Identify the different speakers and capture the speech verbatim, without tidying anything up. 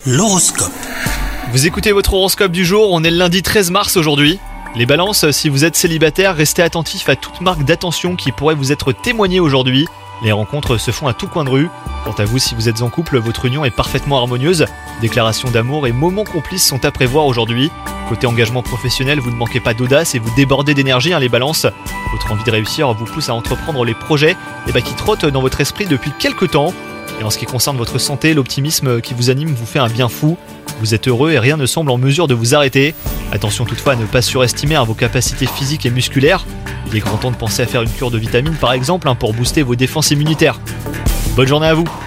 Speaker 1: L'horoscope.
Speaker 2: Vous écoutez votre horoscope du jour, on est le lundi treize mars aujourd'hui. Les balances, si vous êtes célibataire, restez attentifs à toute marque d'attention qui pourrait vous être témoignée aujourd'hui. Les rencontres se font à tout coin de rue. Quant à vous, si vous êtes en couple, votre union est parfaitement harmonieuse. Déclarations d'amour et moments complices sont à prévoir aujourd'hui. Côté engagement professionnel, vous ne manquez pas d'audace et vous débordez d'énergie, hein, les balances. Votre envie de réussir vous pousse à entreprendre les projets eh ben, qui trottent dans votre esprit depuis quelques temps. Et en ce qui concerne votre santé, l'optimisme qui vous anime vous fait un bien fou. Vous êtes heureux et rien ne semble en mesure de vous arrêter. Attention toutefois à ne pas surestimer hein, vos capacités physiques et musculaires. Il est grand temps de penser à faire une cure de vitamines par exemple hein, pour booster vos défenses immunitaires. Bonne journée à vous!